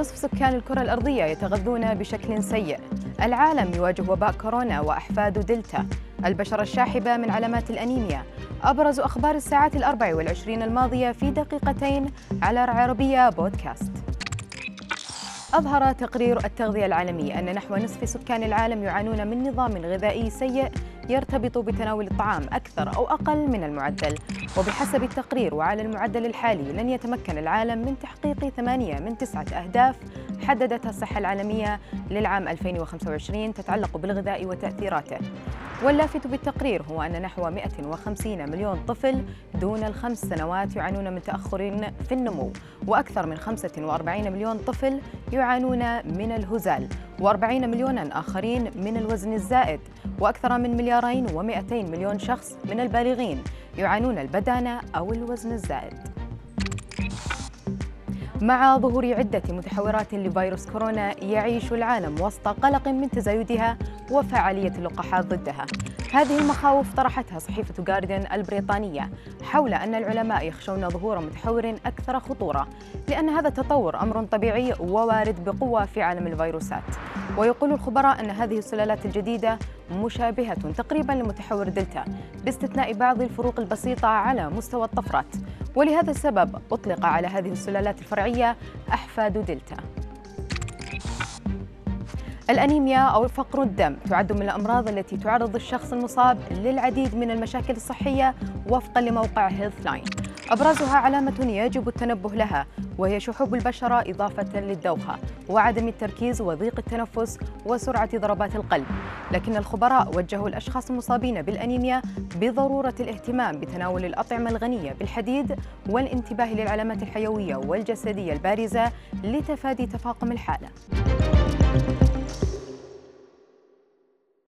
نصف سكان الكرة الأرضية يتغذون بشكل سيء. العالم يواجه وباء كورونا وأحفاد دلتا. البشرة الشاحبة من علامات الأنيميا. أبرز أخبار الساعات 24 الماضية في دقيقتين على العربية بودكاست. أظهر تقرير التغذية العالمي أن نحو نصف سكان العالم يعانون من نظام غذائي سيء يرتبط بتناول الطعام أكثر أو أقل من المعدل. وبحسب التقرير وعلى المعدل الحالي لن يتمكن العالم من تحقيق 8 من 9 أهداف حددتها الصحة العالمية للعام 2025 تتعلق بالغذاء وتأثيراته. واللافت بالتقرير هو أن نحو 150 مليون طفل دون ال5 سنوات يعانون من تأخر في النمو، وأكثر من 45 مليون طفل يعانون من الهزال، و40 مليونا آخرين من الوزن الزائد، وأكثر من 2.2 مليار شخص من البالغين يعانون البدانة أو الوزن الزائد. مع ظهور عدة متحورات لفيروس كورونا يعيش العالم وسط قلق من تزايدها وفعالية اللقاحات ضدها. هذه المخاوف طرحتها صحيفة جارديان البريطانية حول أن العلماء يخشون ظهور متحور أكثر خطورة، لأن هذا التطور أمر طبيعي ووارد بقوة في عالم الفيروسات. ويقول الخبراء أن هذه السلالات الجديدة مشابهة تقريباً لمتحور دلتا باستثناء بعض الفروق البسيطة على مستوى الطفرات، ولهذا السبب أطلق على هذه السلالات الفرعية أحفاد دلتا. الأنيميا أو فقر الدم تعد من الأمراض التي تعرض الشخص المصاب للعديد من المشاكل الصحية وفقاً لموقع هيلث لاين. أبرزها علامة يجب التنبه لها، وهي شحوب البشرة إضافة للدوخة وعدم التركيز وضيق التنفس وسرعة ضربات القلب. لكن الخبراء وجهوا الأشخاص المصابين بالأنيميا بضرورة الاهتمام بتناول الأطعمة الغنية بالحديد والانتباه للعلامات الحيوية والجسدية البارزة لتفادي تفاقم الحالة.